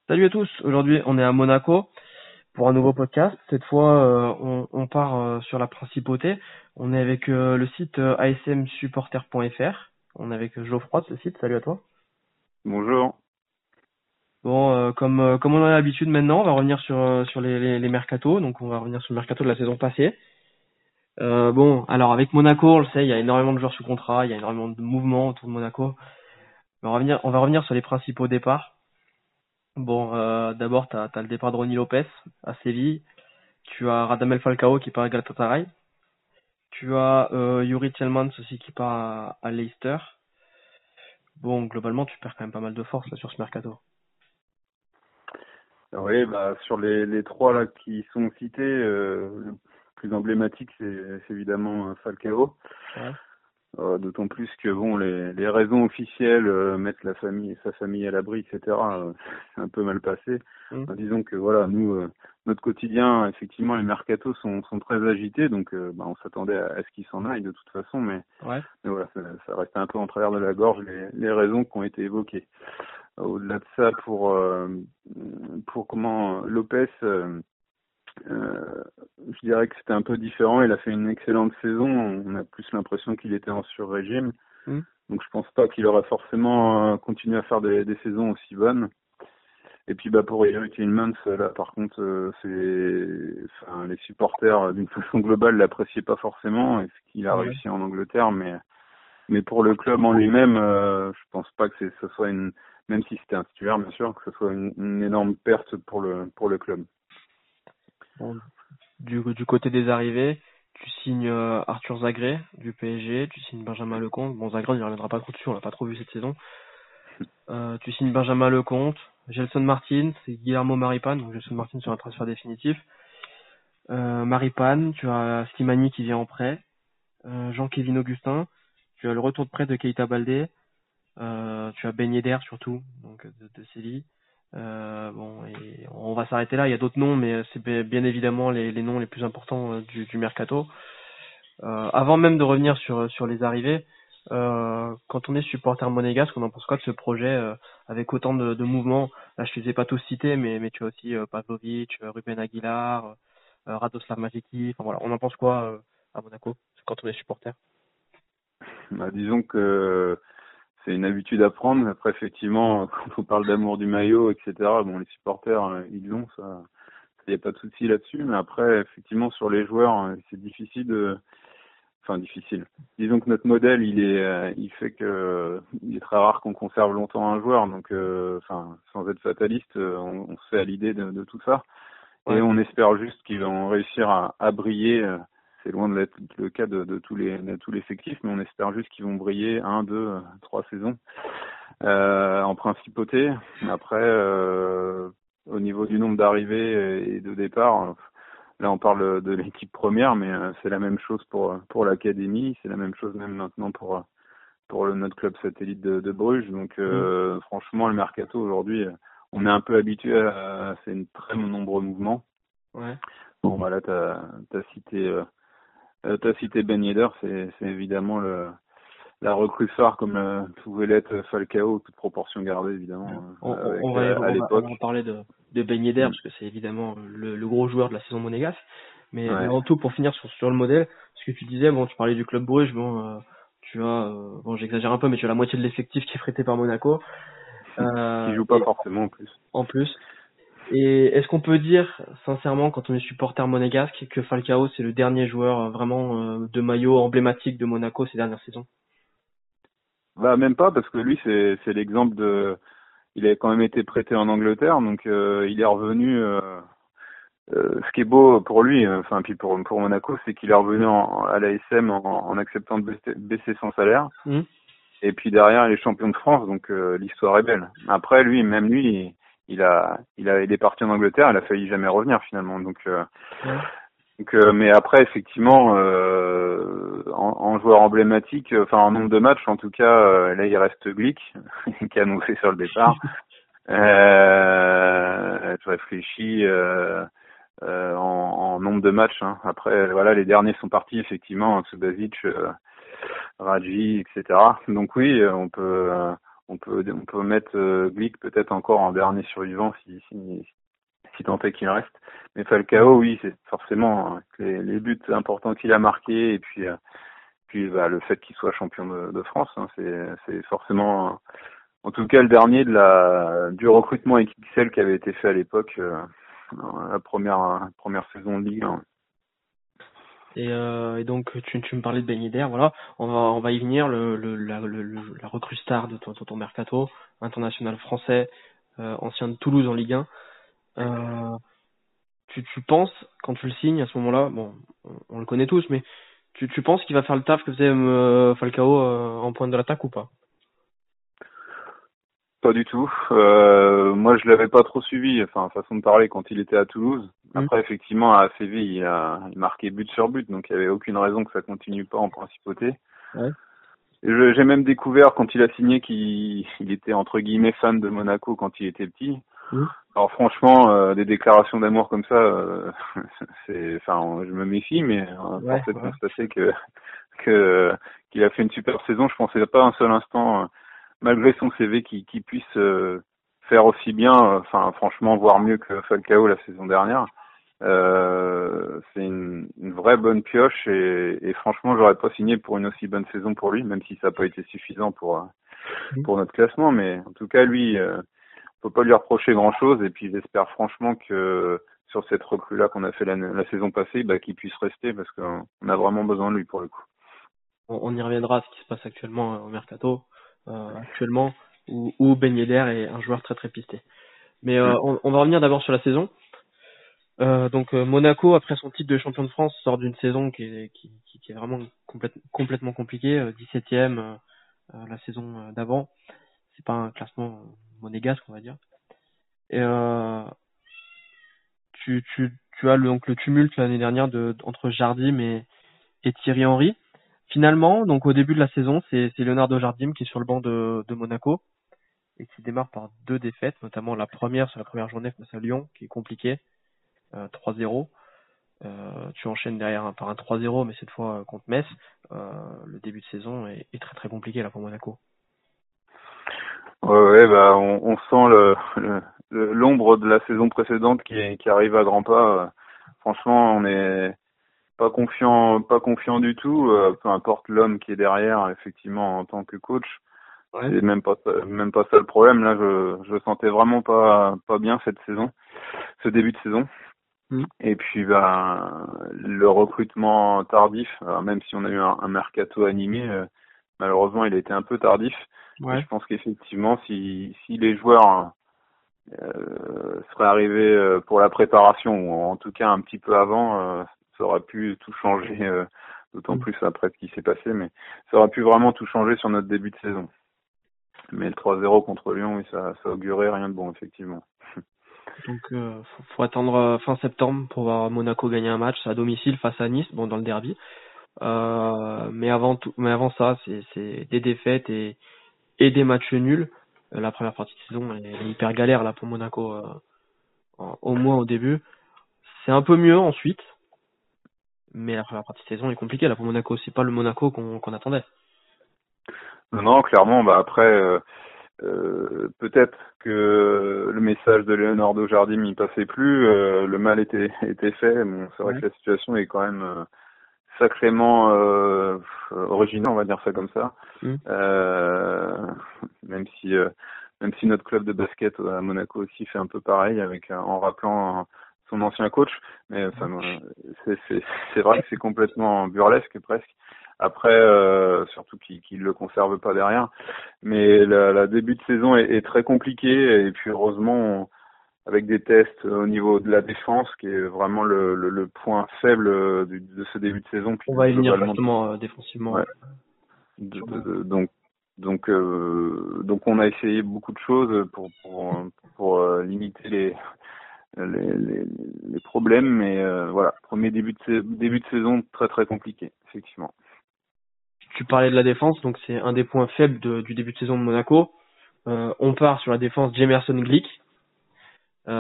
Salut à tous, aujourd'hui on est à Monaco pour un nouveau podcast. Cette fois on part sur la principauté. On est avec le site asmsupporter.fr. On est avec Geoffroy de ce site, salut à toi. Bonjour. Bon, comme on en a l'habitude maintenant, on va revenir sur les mercatos. Donc on va revenir sur le mercato de la saison passée. Bon, alors avec Monaco, on le sait, il y a énormément de joueurs sous contrat, il y a énormément de mouvements autour de Monaco. On va revenir sur les principaux départs. Bon, d'abord, t'as le départ de Ronny Lopez à Séville. Tu as Radamel Falcao qui part à Galatasaray. Tu as Yuri Tielemans aussi qui part à Leicester. Bon, globalement, tu perds quand même pas mal de force là sur ce mercato. Oui, sur les trois là qui sont cités, le plus emblématique c'est évidemment Falcao. Ouais. D'autant plus que bon, les raisons officielles, mettre sa famille à l'abri, etc. C'est un peu mal passé. Mm. Disons que voilà, nous, notre quotidien, effectivement, les mercatos sont très agités, donc on s'attendait à ce qu'ils s'en aillent de toute façon, Ouais. mais voilà, ça restait un peu en travers de la gorge les raisons qui ont été évoquées. Au-delà de ça, pour comment Lopez, je dirais que c'était un peu différent. Il a fait une excellente saison. On a plus l'impression qu'il était en sur-régime. Mm. Donc je pense pas qu'il aurait forcément continué à faire des saisons aussi bonnes. Et puis pour Yuri Tielemans, là par contre, les supporters d'une façon globale l'appréciaient pas forcément, et ce qu'il a Ouais. réussi en Angleterre, mais pour le club en lui-même, je pense pas que ce soit même si c'était un titulaire bien sûr, que ce soit une énorme perte pour le club. Bon, du côté des arrivées, tu signes Arthur Zagré du PSG, tu signes Benjamin Lecomte. Bon, Zagré, il ne reviendra pas trop dessus, on l'a pas trop vu cette saison. Tu signes Benjamin Lecomte, Gelson Martins et Guillermo Maripane. Donc Gelson Martins sur un transfert définitif. Maripane, tu as Slimani qui vient en prêt. Jean-Kévin Augustin, tu as le retour de prêt de Keita Baldé, tu as Ben Yedder surtout, donc de Séville. Bon, et on va s'arrêter là. Il y a d'autres noms, mais c'est bien évidemment les noms les plus importants du mercato. Avant même de revenir sur les arrivées, quand on est supporter monégasque, on en pense quoi de ce projet avec autant de mouvements? Là, je ne les ai pas tous cités, mais tu as aussi Pavlovic, Ruben Aguilar, Radoslav Majiki. Enfin voilà, on en pense quoi à Monaco quand on est supporter? Disons que c'est une habitude à prendre. Après, effectivement, quand on parle d'amour du maillot, etc., bon, les supporters, ils l'ont, ça, il n'y a pas de souci là-dessus. Mais après, effectivement, sur les joueurs, c'est difficile enfin, difficile. Disons que notre modèle, il fait que il est très rare qu'on conserve longtemps un joueur. Donc, sans être fataliste, on se fait à l'idée de tout ça. Et Ouais. on espère juste qu'ils vont réussir à briller. C'est loin de l'être le cas de tous les effectifs, mais on espère juste qu'ils vont briller 1, 2, 3 saisons en principauté. Après, au niveau du nombre d'arrivées et de départs, là on parle de l'équipe première, mais c'est la même chose pour l'académie, c'est la même chose même maintenant pour notre club satellite de Bruges. Donc Mm. franchement, le mercato aujourd'hui, on est un peu habitué à c'est une très nombreux mouvements. Ouais. Bon, voilà, t'as cité Ben Yedder, c'est évidemment la recrue phare comme pouvait l'être Falcao, toute proportion gardée évidemment, à On va l'époque. en parler de Ben Yedder Mm. parce que c'est évidemment le gros joueur de la saison monégasque. Mais Ouais. en tout, pour finir sur le modèle, ce que tu disais, bon, tu parlais du club Bruges, bon, tu as, bon, j'exagère un peu, mais tu as la moitié de l'effectif qui est prêté par Monaco, Qui joue pas et forcément en plus. en plus. Et est-ce qu'on peut dire, sincèrement, quand on est supporter monégasque, que Falcao c'est le dernier joueur vraiment de maillot emblématique de Monaco ces dernières saisons? Même pas, parce que lui c'est l'exemple il a quand même été prêté en Angleterre, donc il est revenu. Ce qui est beau pour lui, enfin puis pour Monaco, c'est qu'il est revenu à l'ASM en acceptant de baisser son salaire. Hmm. Et puis derrière, il est champion de France, donc l'histoire est belle. Après, même lui, il est parti en Angleterre, il a failli jamais revenir finalement. Ouais. Mais après, effectivement, en joueur emblématique, enfin en nombre de matchs, en tout cas, là il reste Glick, qui a annoncé sur le départ. Je réfléchis en nombre de matchs. Hein. Après, voilà, les derniers sont partis effectivement, Subasic, Radji, etc. Donc oui, on peut mettre Glick peut-être encore en dernier survivant si tant est qu'il reste. Mais Falcao, oui, c'est forcément les buts importants qu'il a marqués et puis le fait qu'il soit champion de France, hein, c'est forcément, en tout cas le dernier du recrutement XXL qui avait été fait à l'époque, la première saison de Ligue 1. Et donc tu me parlais de Ben Yedder, voilà, on va y venir, la recrue star de ton mercato, international français, ancien de Toulouse en Ligue 1. Tu penses, quand tu le signes à ce moment-là, bon, on le connaît tous, mais tu penses qu'il va faire le taf que faisait Falcao en pointe de l'attaque ou pas? Pas du tout. Moi, je l'avais pas trop suivi, enfin, façon de parler, quand il était à Toulouse. Après, effectivement, à Séville, il marquait but sur but, donc il y avait aucune raison que ça continue pas en principauté. Ouais. Et j'ai même découvert quand il a signé qu'il était entre guillemets fan de Monaco quand il était petit. Alors franchement, des déclarations d'amour comme ça, enfin, je me méfie, mais force est de constater qu'il a fait une super saison. Je pensais pas un seul instant, malgré son CV, qu'il puisse faire aussi bien, enfin franchement, voire mieux que Falcao la saison dernière. C'est une vraie bonne pioche et franchement, j'aurais pas signé pour une aussi bonne saison pour lui, même si ça n'a pas été suffisant pour notre classement, mais en tout cas, lui, on peut pas lui reprocher grand chose et puis j'espère franchement que sur cette recrue-là qu'on a fait la saison passée, qu'il puisse rester parce qu'on a vraiment besoin de lui pour le coup. On y reviendra à ce qui se passe actuellement au mercato, actuellement, où Ben Yedder est un joueur très très pisté. Mais on va revenir d'abord sur la saison. Donc Monaco, après son titre de champion de France, sort d'une saison qui est vraiment complètement compliquée, 17e la saison d'avant. C'est pas un classement monégasque, on va dire. Et tu as donc le tumulte l'année dernière entre Jardim et Thierry Henry. Finalement, donc au début de la saison, c'est Leonardo Jardim qui est sur le banc de Monaco et qui démarre par 2 défaites, notamment la première sur la première journée face à Lyon, qui est compliquée, 3-0. Tu enchaînes derrière par un 3-0, mais cette fois contre Metz. Le début de saison est très très compliqué là pour Monaco. Ouais, on sent l'ombre de la saison précédente qui arrive à grands pas. Franchement, on est pas confiant du tout. Peu importe l'homme qui est derrière, effectivement, en tant que coach. Ouais. C'est même pas ça le problème. Là, je sentais vraiment pas bien cette saison, ce début de saison. Et puis le recrutement tardif, même si on a eu un mercato animé, malheureusement il a été un peu tardif. Ouais. Et je pense qu'effectivement si les joueurs seraient arrivés pour la préparation ou en tout cas un petit peu avant, ça aurait pu tout changer, d'autant plus après ce qui s'est passé, mais ça aurait pu vraiment tout changer sur notre début de saison. Mais le 3-0 contre Lyon, oui, ça augurait rien de bon, effectivement. Donc faut attendre fin septembre pour voir Monaco gagner un match à domicile face à Nice, bon dans le derby. Mais avant ça, c'est des défaites et des matchs nuls. La première partie de saison elle est hyper galère là pour Monaco, au moins au début. C'est un peu mieux ensuite, mais la première partie de saison est compliquée là pour Monaco. C'est pas le Monaco qu'on attendait. Non, clairement. Après. Peut-être que le message de Leonardo Jardim n'y passait plus, le mal était fait. Bon, c'est vrai que la situation est quand même sacrément originale, on va dire ça comme ça. Même si notre club de basket à Monaco aussi fait un peu pareil en rappelant son ancien coach, mais c'est vrai que c'est complètement burlesque presque. Après, surtout qu'il le conserve pas derrière. Mais la début de saison est très compliqué et puis heureusement avec des tests au niveau de la défense qui est vraiment le point faible de ce début de saison. On va y venir justement défensivement. Ouais. Donc on a essayé beaucoup de choses pour limiter les problèmes, mais voilà, premier début de saison très très compliqué, effectivement. Tu parlais de la défense, donc c'est un des points faibles du début de saison de Monaco. On part sur la défense Jemerson Glick.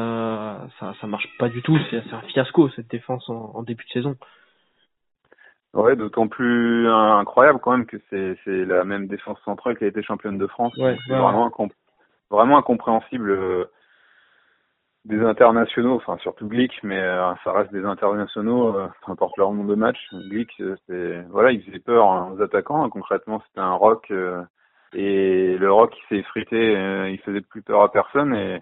Ça marche pas du tout, c'est un fiasco cette défense en début de saison. Ouais, d'autant plus incroyable quand même que c'est la même défense centrale qui a été championne de France. Ouais, Donc c'est ouais, ouais. vraiment incompréhensible. Des internationaux, enfin surtout Glick, mais ça reste des internationaux, peu importe leur nombre de matchs. Glick, voilà, il faisait peur aux attaquants. Hein. Concrètement, c'était un rock et le rock il s'est effrité, il faisait plus peur à personne et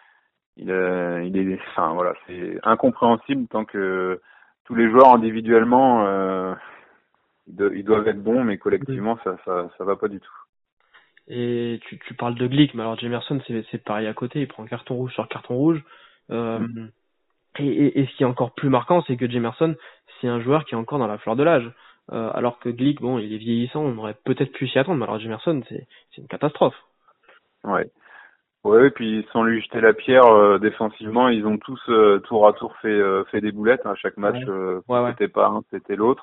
enfin voilà, c'est incompréhensible tant que tous les joueurs individuellement, ils doivent être bons, mais Mm. collectivement ça va pas du tout. Et tu parles de Glick, mais alors Jamerson, c'est pareil à côté. Il prend carton rouge sur carton rouge. Mm. Euh, et ce qui est encore plus marquant, c'est que Jamerson, c'est un joueur qui est encore dans la fleur de l'âge. Alors que Glick, bon, il est vieillissant, on aurait peut-être pu s'y attendre, mais alors Jamerson, c'est une catastrophe. Ouais. Ouais, et puis sans lui jeter la pierre, défensivement, ils ont tous tour à tour fait des boulettes. Hein. Chaque match, Ouais, quand ouais, ouais. c'était pas un, c'était l'autre.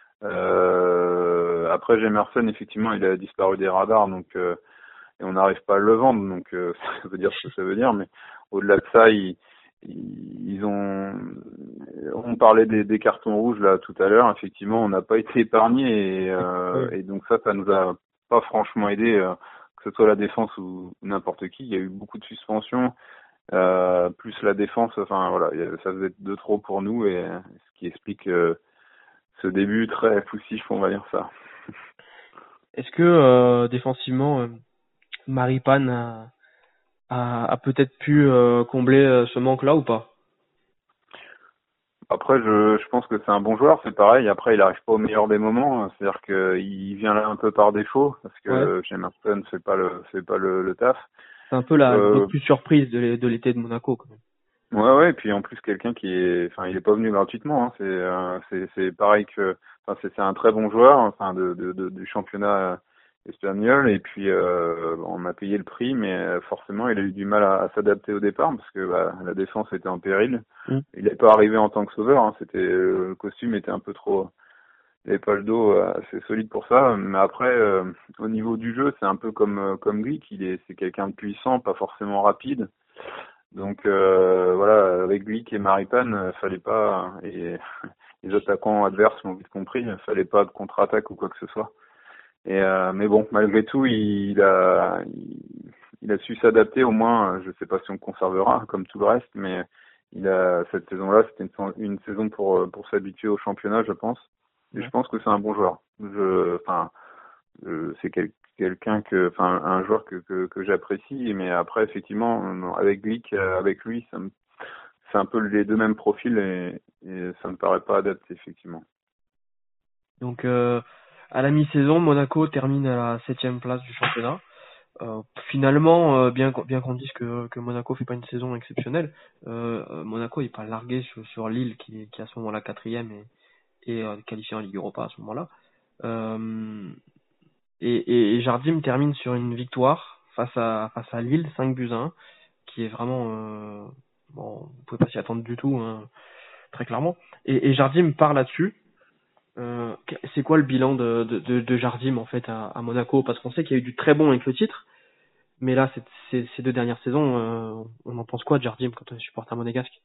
Après, Jemerson, effectivement, il a disparu des radars, donc et on n'arrive pas à le vendre, donc ça veut dire ce que ça veut dire. Mais au-delà de ça, ils ont, on parlait des cartons rouges là tout à l'heure. Effectivement, on n'a pas été épargné Ouais. et donc ça nous a pas franchement aidé, que ce soit la défense ou n'importe qui. Il y a eu beaucoup de suspensions, plus la défense. Enfin voilà, ça faisait de trop pour nous et ce qui explique ce début très poussif, on va dire ça. Est-ce que défensivement, Maripane a peut-être pu combler ce manque-là ou pas? Après, je pense que c'est un bon joueur, c'est pareil. Après, il arrive pas au meilleur des moments. C'est-à-dire qu'il vient là un peu par défaut, parce Ouais. que Jamerson fait pas le taf. C'est un peu la Euh, recrue surprise de l'été de Monaco, quand même. ouais, et puis en plus, quelqu'un enfin, il est pas venu gratuitement, hein. C'est pareil que, enfin, c'est un très bon joueur, enfin, du championnat espagnol, et puis, on a payé le prix, mais forcément, il a eu du mal à s'adapter au départ, parce que, bah, la défense était en péril. Mm. Il n'est pas arrivé en tant que sauveur, hein. Le costume était un peu trop, il n'avait pas le dos assez solide pour ça, mais après, au niveau du jeu, c'est un peu comme Glick, c'est quelqu'un de puissant, pas forcément rapide. Donc voilà, avec Glick et Maripane, fallait pas, et les attaquants adverses l'ont vite compris, fallait pas de contre-attaque ou quoi que ce soit. Et mais bon, malgré tout, il a su s'adapter. Au moins, je sais pas si on le conservera comme tout le reste, mais cette saison-là, c'était une saison pour s'habituer au championnat, je pense. Et je Ouais. pense que c'est un bon joueur. Enfin, c'est quelqu'un enfin, un joueur que j'apprécie. Mais après, effectivement, avec Glick, avec lui, c'est un peu les deux mêmes profils et ça me paraît pas adapté, effectivement. Donc, à la mi-saison, Monaco termine à la 7e place du championnat. Finalement, bien qu'on dise que Monaco fait pas une saison exceptionnelle, Monaco est pas largué sur Lille qui est à ce moment-là 4e et qualifié en Ligue Europa à ce moment-là. Euh, et Jardim termine sur une victoire face à Lille, 5-1, qui est vraiment bon, vous pouvez pas s'y attendre du tout, hein, très clairement. Et Jardim part là-dessus. C'est quoi le bilan de Jardim en fait à Monaco? Parce qu'on sait qu'il y a eu du très bon avec le titre, mais là, ces 2 dernières saisons, on en pense quoi de Jardim quand on est supporter monégasque?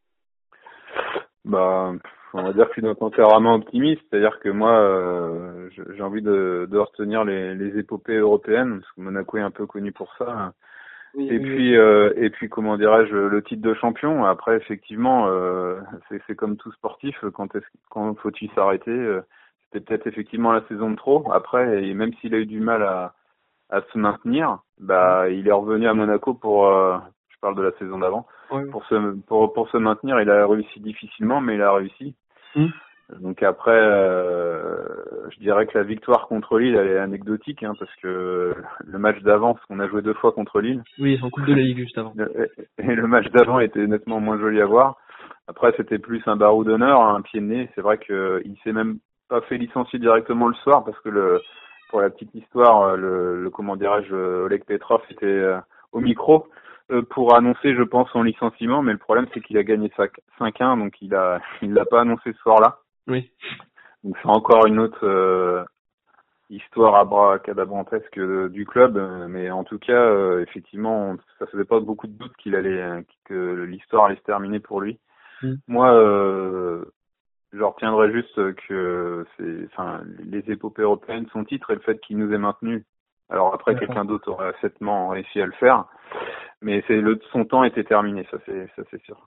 Bah, on va dire que je suis d'un tempérament optimiste, c'est-à-dire que moi, j'ai envie de retenir les épopées européennes, parce que Monaco est un peu connu pour ça. Oui, Et oui, oui. puis, comment dirais-je, le titre de champion. Après, effectivement, c'est comme tout sportif, quand faut-il s'arrêter c'était peut-être effectivement la saison de trop. Après, et même s'il a eu du mal à se maintenir, Mm. bah, il est revenu à Monaco je parle de la saison d'avant, Ouais. pour se maintenir. Il a réussi difficilement, mais il a réussi. Mm. Donc après, je dirais que la victoire contre Lille, elle est anecdotique, hein, parce que le match d'avant, parce qu'on a joué 2 fois contre Lille, Oui, c'est en Coupe de la Ligue juste avant. et le match d'avant était nettement moins joli à voir. Après, c'était plus un barreau d'honneur, un pied de nez. C'est vrai qu'il s'est même pas fait licencier directement le soir, parce que pour la petite histoire, comment dirais-je, Oleg Petrov était au micro pour annoncer, je pense, son licenciement, mais le problème c'est qu'il a gagné 5-1, donc il l'a pas annoncé ce soir-là. Oui. Donc c'est encore une autre histoire abracadabrantesque du club, mais en tout cas, effectivement, ça faisait pas beaucoup de doute que l'histoire allait se terminer pour lui. Mm. Moi, Je retiendrai juste que les épopées européennes, son titre et le fait qu'il nous ait maintenus. Alors après, D'accord. quelqu'un d'autre aurait certainement réussi à le faire, mais son temps était terminé, ça c'est sûr.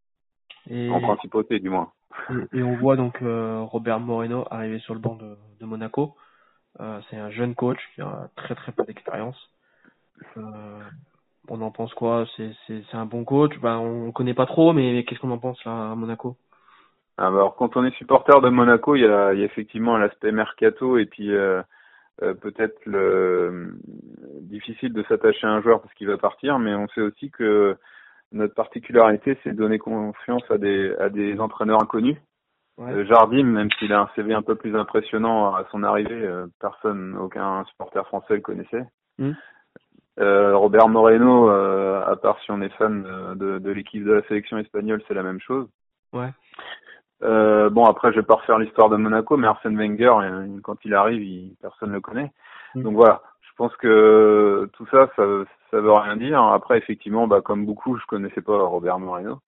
En Et, principauté, du moins. et on voit donc Robert Moreno arriver sur le banc de Monaco. C'est un jeune coach qui a très très peu d'expérience. Euh, on en pense quoi? C'est un bon coach? Ben, on connaît pas trop, mais qu'est-ce qu'on en pense là à Monaco? Alors, quand on est supporter de Monaco, il y a effectivement l'aspect mercato et puis peut-être difficile de s'attacher à un joueur parce qu'il va partir, mais on sait aussi que notre particularité, c'est de donner confiance à des entraîneurs inconnus. Ouais. Jardim, même s'il a un CV un peu plus impressionnant à son arrivée, aucun supporter français le connaissait. Hmm. Robert Moreno, à part si on est fan de l'équipe de la sélection espagnole, c'est la même chose. Ouais. Bon, après, je vais pas refaire l'histoire de Monaco, mais Arsène Wenger, quand il arrive, personne ne le connaît. Hmm. Donc voilà, je pense que tout ça, ça veut rien dire. Après, effectivement, comme beaucoup, je connaissais pas Robert Moreno.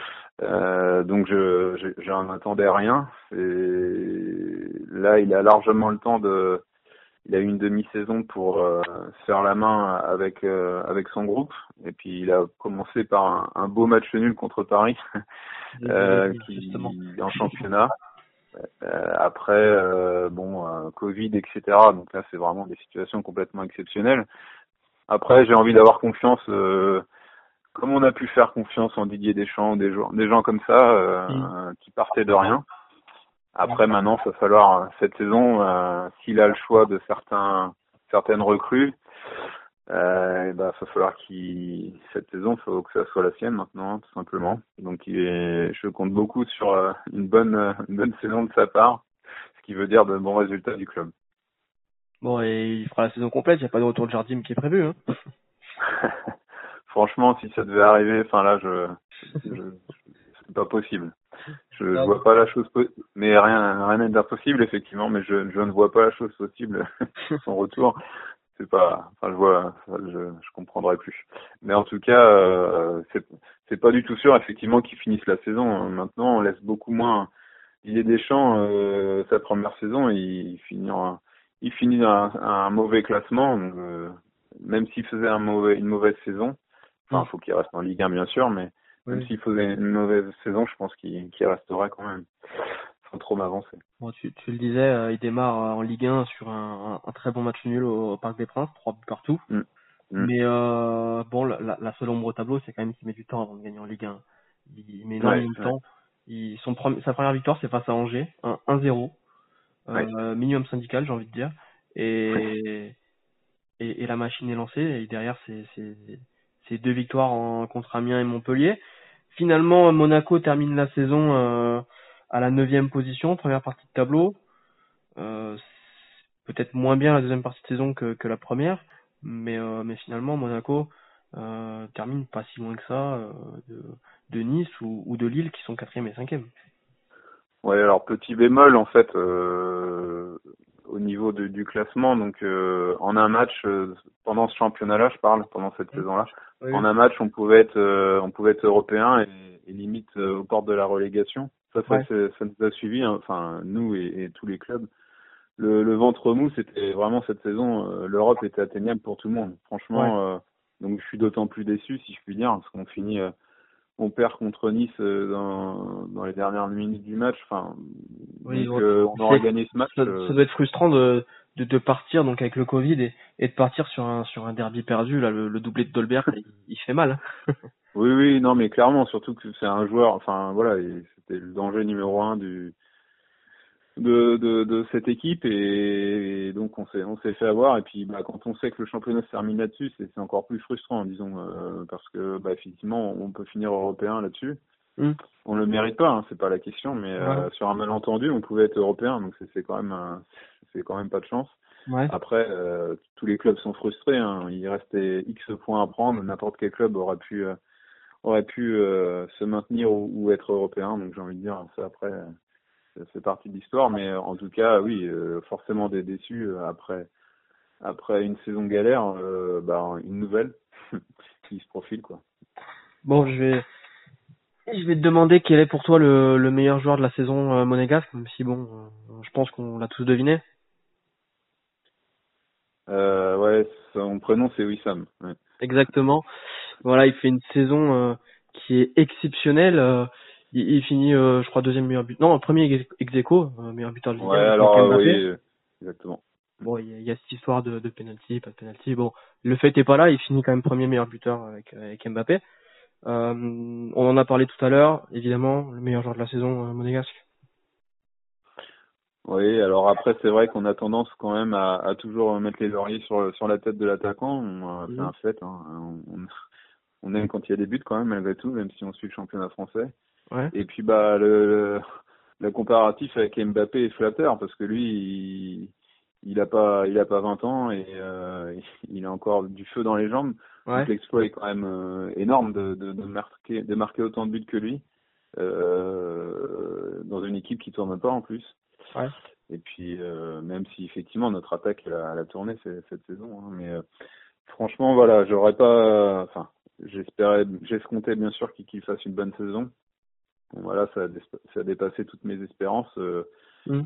Donc j'en attendais rien. Et là, il a largement le temps il a eu une demi-saison pour se faire la main avec son groupe. Et puis il a commencé par un beau match nul contre Paris, J'allais dire, justement. en championnat. Après, Covid, etc. Donc là, c'est vraiment des situations complètement exceptionnelles. Après, j'ai envie d'avoir confiance, comme on a pu faire confiance en Didier Deschamps, des gens comme ça, qui partaient de rien. Après, maintenant, il va falloir, cette saison, s'il a le choix de certaines recrues, il va falloir cette saison, il faut que ça soit la sienne maintenant, tout simplement. Donc, je compte beaucoup sur une bonne saison de sa part, ce qui veut dire de bons résultats du club. Bon, et il fera la saison complète, il n'y a pas de retour de Jardim qui est prévu, hein. Franchement, si ça devait arriver, enfin là, c'est pas possible. Je vois pas la chose mais rien n'est impossible effectivement, mais je ne vois pas la chose possible. Son retour, c'est pas, enfin je comprendrai plus. Mais en tout cas, c'est pas du tout sûr effectivement qu'il finisse la saison. Maintenant, on laisse beaucoup moins Didier Deschamps sa première saison, il finit un mauvais classement, donc, même s'il faisait une mauvaise saison. Enfin, faut qu'il reste en Ligue 1 bien sûr, mais même Oui. s'il faisait une mauvaise saison, je pense qu'il resterait quand même, sans trop m'avancer. Bon, tu le disais, il démarre en Ligue 1 sur un très bon match nul au Parc des Princes, 3 buts partout. Mm. Mm. Mais bon, la seule ombre au tableau, c'est quand même qu'il met du temps avant de gagner en Ligue 1. Il met Ouais, énormément de ouais, temps. Sa première victoire, c'est face à Angers, 1-0, ouais. minimum syndical, j'ai envie de dire. Ouais. Et la machine est lancée. Et derrière, c'est 2 victoires contre Amiens et Montpellier. Finalement, Monaco termine la saison à la 9e position, première partie de tableau. Peut-être moins bien la deuxième partie de saison que la première, mais finalement Monaco termine pas si loin que ça de Nice ou de Lille qui sont 4e et 5e. Ouais, alors petit bémol en fait au niveau du classement, donc en un match pendant ce championnat-là, je parle pendant cette saison-là, Oui. en un match on pouvait être européen et limite aux portes de la relégation. Ouais. Ça nous a suivi, hein, enfin nous et tous les clubs. Le ventre mou, c'était vraiment cette saison, l'Europe était atteignable pour tout le monde. Ouais. Franchement, donc je suis d'autant plus déçu si je puis dire, parce qu'on on perd contre Nice dans les dernières minutes du match. Enfin, Oui, donc on aurait gagné ce match. ça doit être frustrant de partir donc avec le Covid et de partir sur un derby perdu là le doublé de Dolberg il fait mal. Oui, oui, non, mais clairement, surtout que c'est un joueur. Enfin, voilà, c'était le danger numéro un de cette équipe et donc on s'est fait avoir. Et puis, quand on sait que le championnat se termine là-dessus, c'est encore plus frustrant, disons, parce que effectivement, on peut finir européen là-dessus. Hmm. On le mérite pas, hein, c'est pas la question, mais Ouais. sur un malentendu, on pouvait être européen, donc c'est quand même c'est quand même pas de chance. Ouais. Après, tous les clubs sont frustrés, hein. Il restait X points à prendre, n'importe quel club aurait pu se maintenir ou être européen, donc j'ai envie de dire ça après ça fait partie de l'histoire, mais en tout cas oui, forcément des déçus après une saison galère, une nouvelle qui se profile quoi. Bon, Je vais te demander quel est pour toi le meilleur joueur de la saison monégasque, même si bon, je pense qu'on l'a tous deviné. Ouais, son prénom c'est Wissam. Ouais. Exactement. Voilà, il fait une saison qui est exceptionnelle. Il finit, je crois, deuxième meilleur but. Non, premier ex aequo, meilleur buteur de Ligue Ouais, 1 avec alors oui, Mbappé. exactement. Bon, il y a cette histoire de penalty, pas de penalty. Bon, le fait est pas là. Il finit quand même premier meilleur buteur avec Mbappé. On en a parlé tout à l'heure. Évidemment, le meilleur joueur de la saison monégasque. Oui, alors après c'est vrai qu'on a tendance quand même à toujours mettre les lauriers sur la tête de l'attaquant. C'est Mhm. un fait. Hein. On aime quand il y a des buts quand même malgré tout, même si on suit le championnat français. Ouais, Et puis bah le comparatif avec Mbappé est flatteur parce que lui il a pas 20 ans et il a encore du feu dans les jambes. Donc ouais, l'exploit est quand même énorme de marquer autant de buts que lui dans une équipe qui tourne pas en plus. ouais. Et puis même si effectivement notre attaque elle a tourné cette saison, hein, mais franchement voilà, j'aurais pas, enfin j'escomptais bien sûr qu'il fasse une bonne saison. Bon, voilà, ça a dépassé toutes mes espérances. Mhm.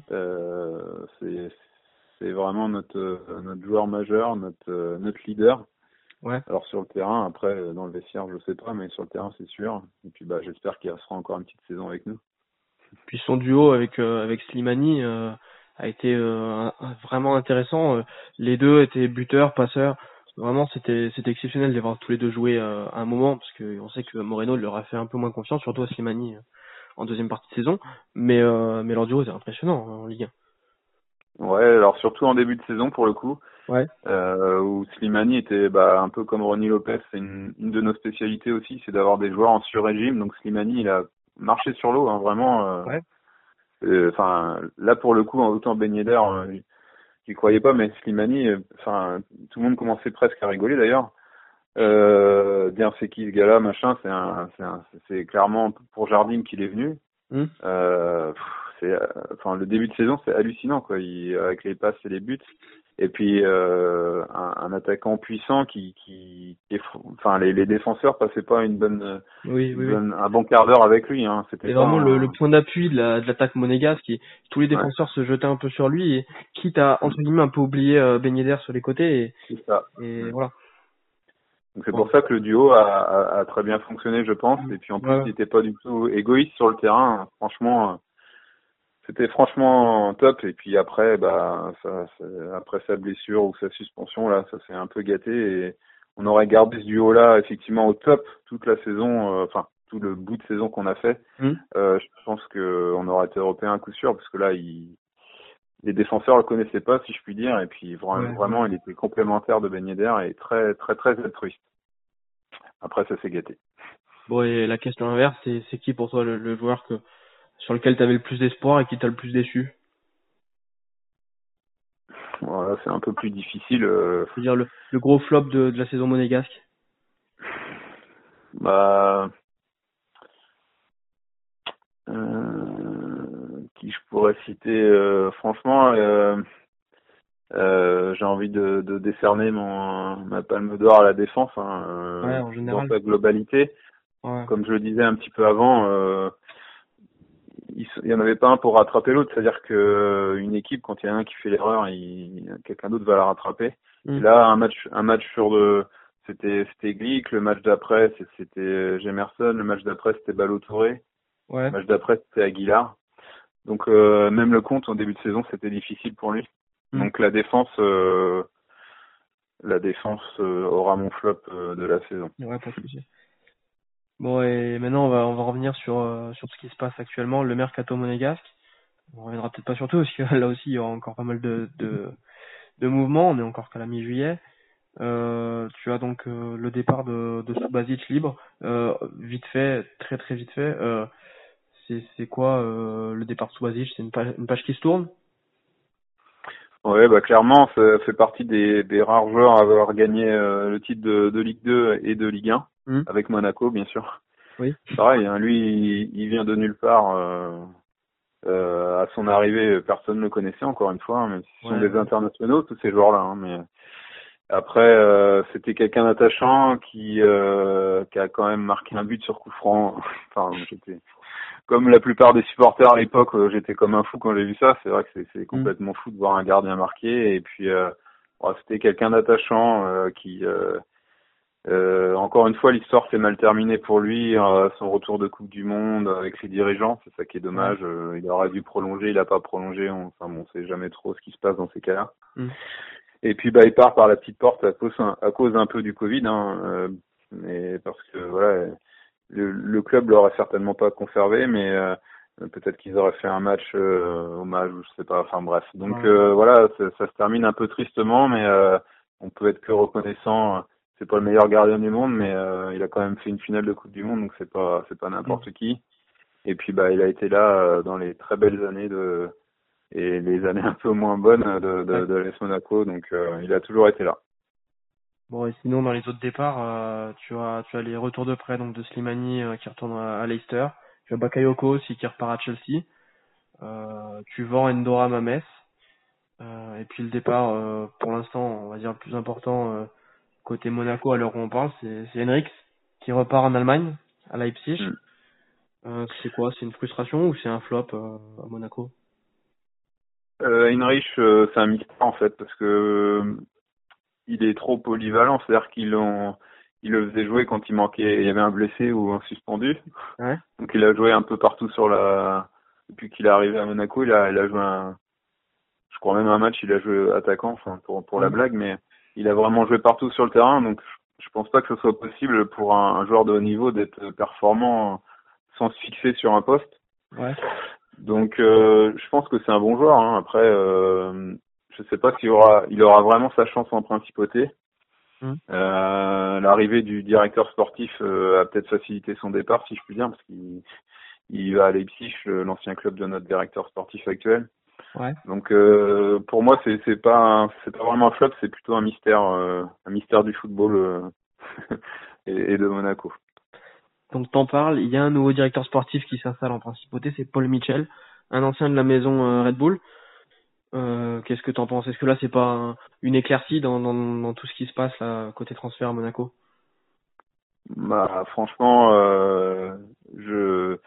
C'est vraiment notre joueur majeur, notre leader. Ouais. Alors sur le terrain, après dans le vestiaire, je sais pas, mais sur le terrain c'est sûr. Et puis bah j'espère qu'il fera encore une petite saison avec nous. Puis son duo avec Slimani a été vraiment intéressant. Les deux étaient buteurs, passeurs. Vraiment, c'était exceptionnel de les voir tous les deux jouer à un moment, parce que on sait que Moreno leur a fait un peu moins confiance, surtout à Slimani en deuxième partie de saison. Mais leur duo était impressionnant en Ligue Ouais, alors surtout en début de saison pour le coup, 1. Ouais. où Slimani était bah, un peu comme Ronny Lopez, c'est une de nos spécialités aussi, c'est d'avoir des joueurs en sur-régime. Donc Slimani, il a marché sur l'eau, hein, vraiment. Ouais. Enfin, là pour le coup, en autant Ben Yedder, j'y croyais pas, mais Slimani, enfin, tout le monde commençait presque à rigoler d'ailleurs. Bien c'est qui ce gars-là, machin, c'est clairement pour Jardim qu'il est venu. Hmm. Enfin, le début de saison, c'est hallucinant, quoi, avec les passes et les buts. Et puis, un attaquant puissant enfin, les défenseurs passaient pas Oui, oui, oui. un bon quart d'heure avec lui, hein. C'était C'est pas vraiment le point d'appui de l'attaque monégasque. Tous les ouais, défenseurs se jetaient un peu sur lui, et quitte à entre guillemets un peu oublier Ben Yedder sur les côtés. c'est ça. Et voilà. Donc c'est Bon. pour ça que le duo a très bien fonctionné, je pense. Et puis en plus, Ouais. il était pas du tout égoïste sur le terrain. Franchement, c'était franchement top. Et puis après, bah, après sa blessure ou sa suspension, là, ça s'est un peu gâté. Et on aurait gardé ce duo-là effectivement au top toute la saison, enfin tout le bout de saison qu'on a fait. Hmm. Je pense qu'on aurait été européen à coup sûr parce que là, les défenseurs le connaissaient pas, si je puis dire. Et puis Ouais, ouais. vraiment, il était complémentaire de Ben Yedder et très très très altruiste. Après, ça s'est gâté. Bon, et la question inverse, c'est qui pour toi le joueur sur lequel tu avais le plus d'espoir et qui t'a le plus déçu? Voilà, c'est un peu plus difficile. Je veux dire le gros flop de la saison monégasque. Bah, qui je pourrais citer franchement, j'ai envie de décerner ma palme d'or à la défense hein, Ouais, en dans général. sa globalité. Ouais. Comme je le disais un petit peu avant, il y en avait pas un pour rattraper l'autre. C'est-à-dire que une équipe, quand il y a un qui fait l'erreur, quelqu'un d'autre va la rattraper. Et Hmm. là, un match sur deux, c'était Glick. Le match d'après, c'était Gemerson. Le match d'après, c'était Ballo-Touré. Ouais. Le match d'après, c'était Aguilar. Donc même le compte en début de saison, c'était difficile pour lui. Hmm. Donc la défense aura mon flop de la saison. Ouais, pas de souci. Bon, et maintenant on va revenir sur ce qui se passe actuellement, le mercato monégasque. On reviendra peut-être pas sur tout, parce que là aussi il y aura encore pas mal de mouvements. On est encore qu'à la mi-juillet. Tu as donc le départ de Subasic libre. Vite fait, très très vite fait. C'est quoi le départ de Subasic? C'est une page qui se tourne? Ouais, bah clairement, ça fait partie des rares joueurs à avoir gagné le titre de Ligue 2 et de Ligue 1, Hmm. avec Monaco, bien sûr. Oui. Pareil, hein, lui, il vient de nulle part. À son arrivée, personne ne le connaissait, encore une fois, hein, même si ce sont Ouais, des ouais. internationaux, tous ces joueurs-là. Hein, mais Après, c'était quelqu'un d'attachant qui a quand même marqué un but sur coup franc. Enfin, j'étais comme la plupart des supporters à l'époque, j'étais comme un fou quand j'ai vu ça. C'est vrai que c'est Mm. complètement fou de voir un gardien marquer. Et puis, c'était quelqu'un d'attachant encore une fois, l'histoire s'est mal terminée pour lui. Son retour de Coupe du Monde avec les dirigeants, c'est ça qui est Ouais. dommage. Il aurait dû prolonger, il a pas prolongé. Enfin bon, on sait jamais trop ce qui se passe dans ces cas-là. Mm. Et puis il part par la petite porte à cause un peu du Covid, hein, mais parce que voilà, le club l'aurait certainement pas conservé, mais peut-être qu'ils auraient fait un match hommage ou je sais pas. Enfin bref, donc Ouais. voilà, ça se termine un peu tristement, mais on peut être que reconnaissant. C'est pas le meilleur gardien du monde, mais il a quand même fait une finale de Coupe du Monde, donc c'est pas Mm. n'importe qui. Et puis bah il a été là dans les très belles années et les années un peu moins bonnes Ouais. de l'AS Monaco, donc il a toujours été là. Bon, et sinon, dans les autres départs, tu as les retours de prêt donc de Slimani qui retourne à Leicester. Tu as Bakayoko aussi qui repart à Chelsea. Tu vends Endora Mames. Et puis le départ, pour l'instant, on va dire le plus important côté Monaco à l'heure où on parle, c'est Henriks qui repart en Allemagne, à Leipzig. Mm. C'est quoi? C'est une frustration ou c'est un flop à Monaco? Heinrich, c'est un mystère en fait, parce que il est trop polyvalent, c'est-à-dire il le faisait jouer quand il y avait un blessé ou un suspendu. Ouais. Donc il a joué un peu partout depuis qu'il est arrivé à Monaco, il a joué je crois même un match, il a joué attaquant, enfin pour la Mm. blague, mais il a vraiment joué partout sur le terrain, donc je pense pas que ce soit possible pour un joueur de haut niveau d'être performant sans se fixer sur un poste. Ouais. Donc je pense que c'est un bon joueur, hein. Après, je sais pas il aura vraiment sa chance en principauté. Mm. L'arrivée du directeur sportif a peut-être facilité son départ, si je puis dire, parce qu'il va à Leipzig, l'ancien club de notre directeur sportif actuel. Ouais. Donc pour moi c'est pas vraiment un flop, c'est plutôt un mystère du football et de Monaco. Donc t'en parles, il y a un nouveau directeur sportif qui s'installe en principauté, c'est Paul Mitchell, un ancien de la maison Red Bull. Qu'est-ce que t'en penses? Est-ce que là c'est pas une éclaircie dans tout ce qui se passe là côté transfert à Monaco? Bah franchement je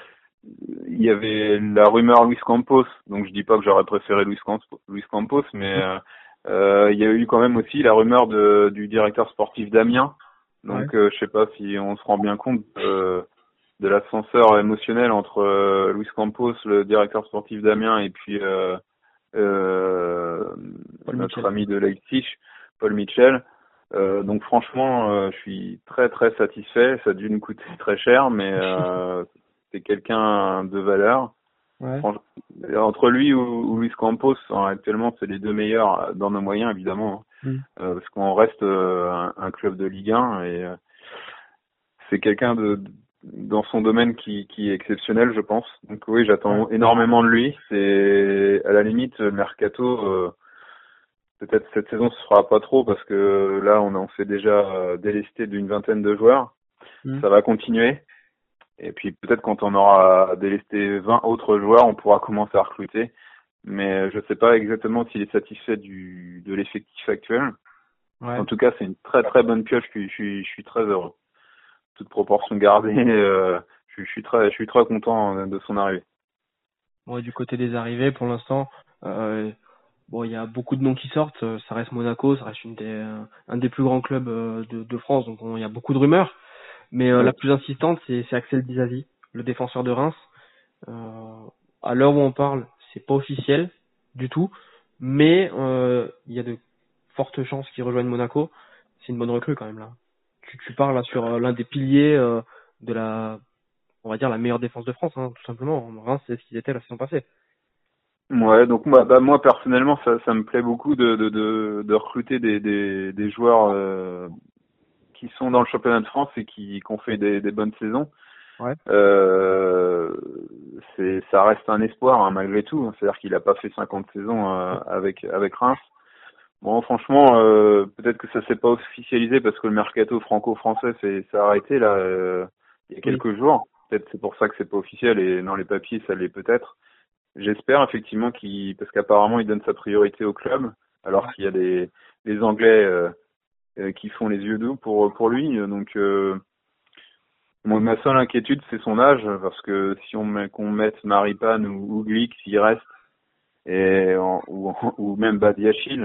il y avait la rumeur Luis Campos, donc je dis pas que j'aurais préféré Luis Campos, mais Mm. il y a eu quand même aussi la rumeur du directeur sportif d'Amiens. Ouais. Donc je sais pas si on se rend bien compte de l'ascenseur émotionnel entre Luis Campos, le directeur sportif d'Amiens, et puis Paul notre Mitchell. ami de Leipzig, Paul Mitchell. Donc franchement, je suis très très satisfait. Ça a dû nous coûter très cher, mais c'est quelqu'un de valeur. Ouais. Franch- Entre lui ou Luis Campos, actuellement, c'est les deux meilleurs dans nos moyens, évidemment, Mm. hein. Parce qu'on reste un club de Ligue 1 et c'est quelqu'un dans son domaine qui est exceptionnel, je pense. Donc oui, Ouais. j'attends énormément de lui. C'est à la limite le mercato. Peut-être cette saison ce sera pas trop parce que là on s'est déjà délesté d'une vingtaine de joueurs. Mm. Ça va continuer. Et puis peut-être quand on aura délesté 20 autres joueurs, on pourra commencer à recruter. Mais je sais pas exactement s'il est satisfait de l'effectif actuel. Ouais. En tout cas, c'est une très très bonne pioche. Je suis très heureux. Toute proportion gardée, je suis très content de son arrivée. Bon, et du côté des arrivées, pour l'instant, bon, il y a beaucoup de noms qui sortent. Ça reste Monaco, ça reste un des plus grands clubs de France, donc il y a beaucoup de rumeurs. Mais Oui. la plus insistante, c'est Axel Disasi, le défenseur de Reims. Euh, à l'heure où on parle, c'est pas officiel du tout, mais il y a de fortes chances qu'il rejoigne Monaco. C'est une bonne recrue quand même là. Tu parles là sur l'un des piliers de on va dire la meilleure défense de France, hein, tout simplement. Reims, c'est ce qu'ils étaient la saison passée. Ouais, donc moi personnellement, ça me plaît beaucoup de recruter des joueurs qui sont dans le championnat de France et qui ont fait des bonnes saisons. Ouais. Euh, ça reste un espoir hein, malgré tout. C'est-à-dire qu'il a pas fait 50 saisons avec Reims. Bon, franchement, peut-être que ça s'est pas officialisé parce que le mercato franco-français s'est arrêté là il y a Oui. quelques jours. Peut-être c'est pour ça que c'est pas officiel et dans les papiers ça l'est peut-être. J'espère effectivement parce qu'apparemment il donne sa priorité au club, alors Ouais. qu'il y a les Anglais qui font les yeux doux pour lui. Donc ma seule inquiétude, c'est son âge, parce que si qu'on mette Maripane ou Glick, s'il reste, ou même Badiachil,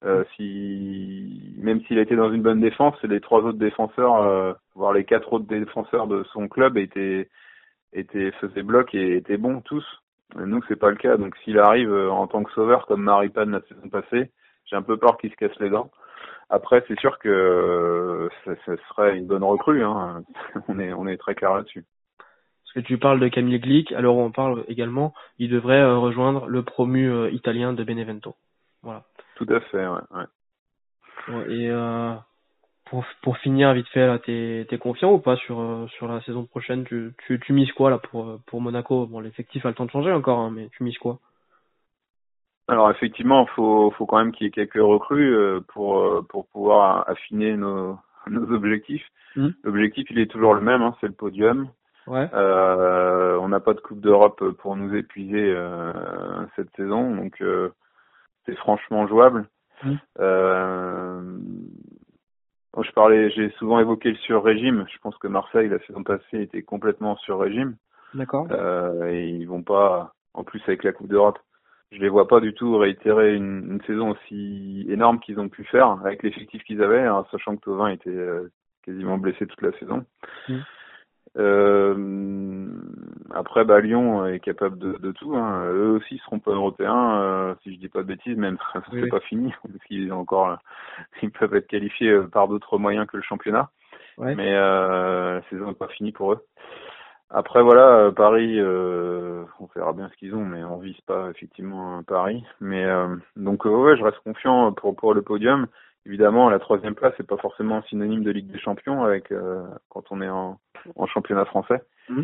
même s'il était dans une bonne défense, les trois autres défenseurs, voire les quatre autres défenseurs de son club faisaient bloc et étaient bons tous. Nous, c'est pas le cas. Donc s'il arrive en tant que sauveur comme Maripane la saison passée, j'ai un peu peur qu'il se casse les dents. Après, c'est sûr que ça serait une bonne recrue, hein. On est très clair là-dessus. Parce que tu parles de Camille Glick, alors on parle également, il devrait rejoindre le promu italien de Benevento. Voilà. Tout à fait, ouais. Bon, et pour finir vite fait là, t'es confiant ou pas sur la saison prochaine? Tu mises quoi là pour Monaco? Bon, l'effectif a le temps de changer encore, hein, mais tu mises quoi? Alors effectivement, faut quand même qu'il y ait quelques recrues pour pouvoir affiner nos objectifs. L'objectif, il est toujours le même, hein, c'est le podium. Ouais. On n'a pas de Coupe d'Europe pour nous épuiser cette saison, donc c'est franchement jouable. J'ai souvent évoqué le sur-régime. Je pense que Marseille, la saison passée, était complètement sur-régime. D'accord. Et ils vont pas, en plus avec la Coupe d'Europe, je les vois pas du tout réitérer une saison aussi énorme qu'ils ont pu faire avec l'effectif qu'ils avaient, hein, sachant que Thauvin était quasiment blessé toute la saison. Après, Lyon est capable de tout, hein. Eux aussi seront pas européens, si je dis pas de bêtises, même c'est pas fini, parce qu'ils ont encore, ils peuvent être qualifiés par d'autres moyens que le championnat. Ouais. Mais la saison n'est pas finie pour eux. Après voilà, Paris, on verra bien ce qu'ils ont, mais on vise pas effectivement Paris. Mais donc ouais, je reste confiant pour le podium. Évidemment, la troisième place c'est pas forcément synonyme de Ligue des Champions avec quand on est en championnat français.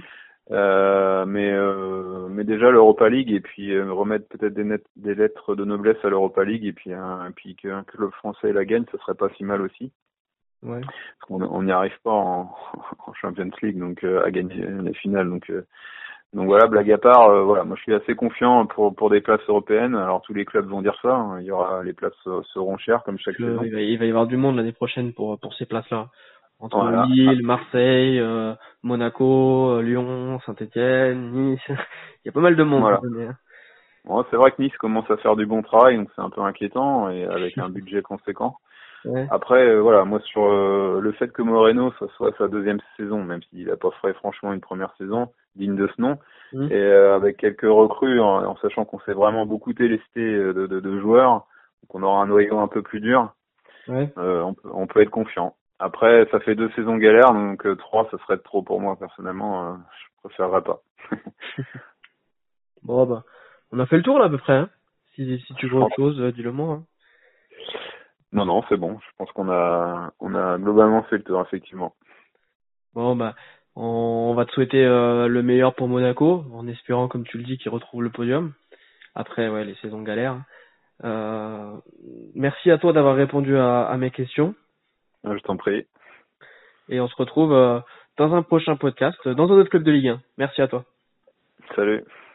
Mais déjà l'Europa League et puis remettre peut-être des lettres de noblesse à l'Europa League et puis qu'un club français la gagne, ce serait pas si mal aussi. Ouais. Parce qu'on n'y arrive pas en Champions League, donc à gagner les finales. Donc voilà, blague à part, voilà, moi je suis assez confiant pour des places européennes. Alors tous les clubs vont dire ça, hein. Il y aura, les places seront chères comme chaque saison. Il va y avoir du monde l'année prochaine pour ces places-là. Entre voilà. Lille, Marseille, Monaco, Lyon, Saint-Étienne, Nice, il y a pas mal de monde. Voilà. Cette année, hein. Bon, c'est vrai que Nice commence à faire du bon travail, donc c'est un peu inquiétant et avec un budget conséquent. Ouais. Après, voilà, moi sur le fait que Moreno ça soit sa deuxième saison, même s'il a pas fait franchement une première saison digne de ce nom, et avec quelques recrues, en sachant qu'on s'est vraiment beaucoup délesté de joueurs, qu'on aura un noyau un peu plus dur, Ouais. on peut être confiant. Après, ça fait 2 saisons galères, donc 3, ça serait trop pour moi personnellement. Je préférerais pas. Bon on a fait le tour là à peu près. Hein. Si tu vois autre chose, dis-le moi. Hein. Non, c'est bon. Je pense qu'on a globalement fait le tour, effectivement. Bon on va te souhaiter le meilleur pour Monaco, en espérant, comme tu le dis, qu'ils retrouvent le podium. Après, ouais, les saisons galères. Merci à toi d'avoir répondu à mes questions. Je t'en prie. Et on se retrouve dans un prochain podcast, dans un autre club de Ligue 1. Merci à toi. Salut.